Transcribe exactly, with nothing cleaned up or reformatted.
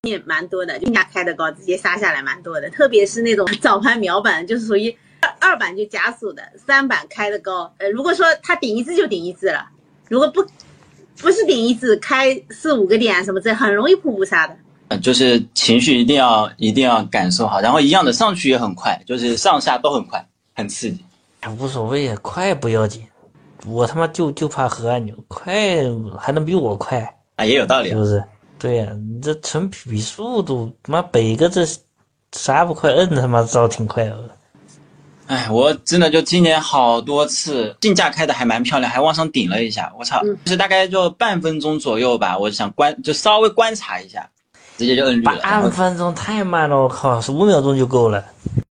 也蛮多的，竞价开的高，直接杀下来蛮多的，特别是那种早盘秒板，就是属于二板就加速的，三板开的高。呃，如果说它顶一字就顶一字了，如果不不是顶一字，开四五个点什么这很容易瀑布杀的。 呃，就是情绪一定要一定要感受好，然后一样的上去也很快，就是上下都很快，很刺激。 无所谓啊，快不要紧，我他妈就就怕核按钮，快还能比我快啊，也有道理、啊， 是不是？对呀、啊，你这纯比速度，妈北哥这啥不快，摁他妈招挺快的。 哎，我真的就今年好多次竞价开的还蛮漂亮，还往上顶了一下，我操，就是大概就半分钟左右吧，我想观就稍微观察一下，直接就摁绿了。 半分钟太慢了，我靠，十五秒钟就够了。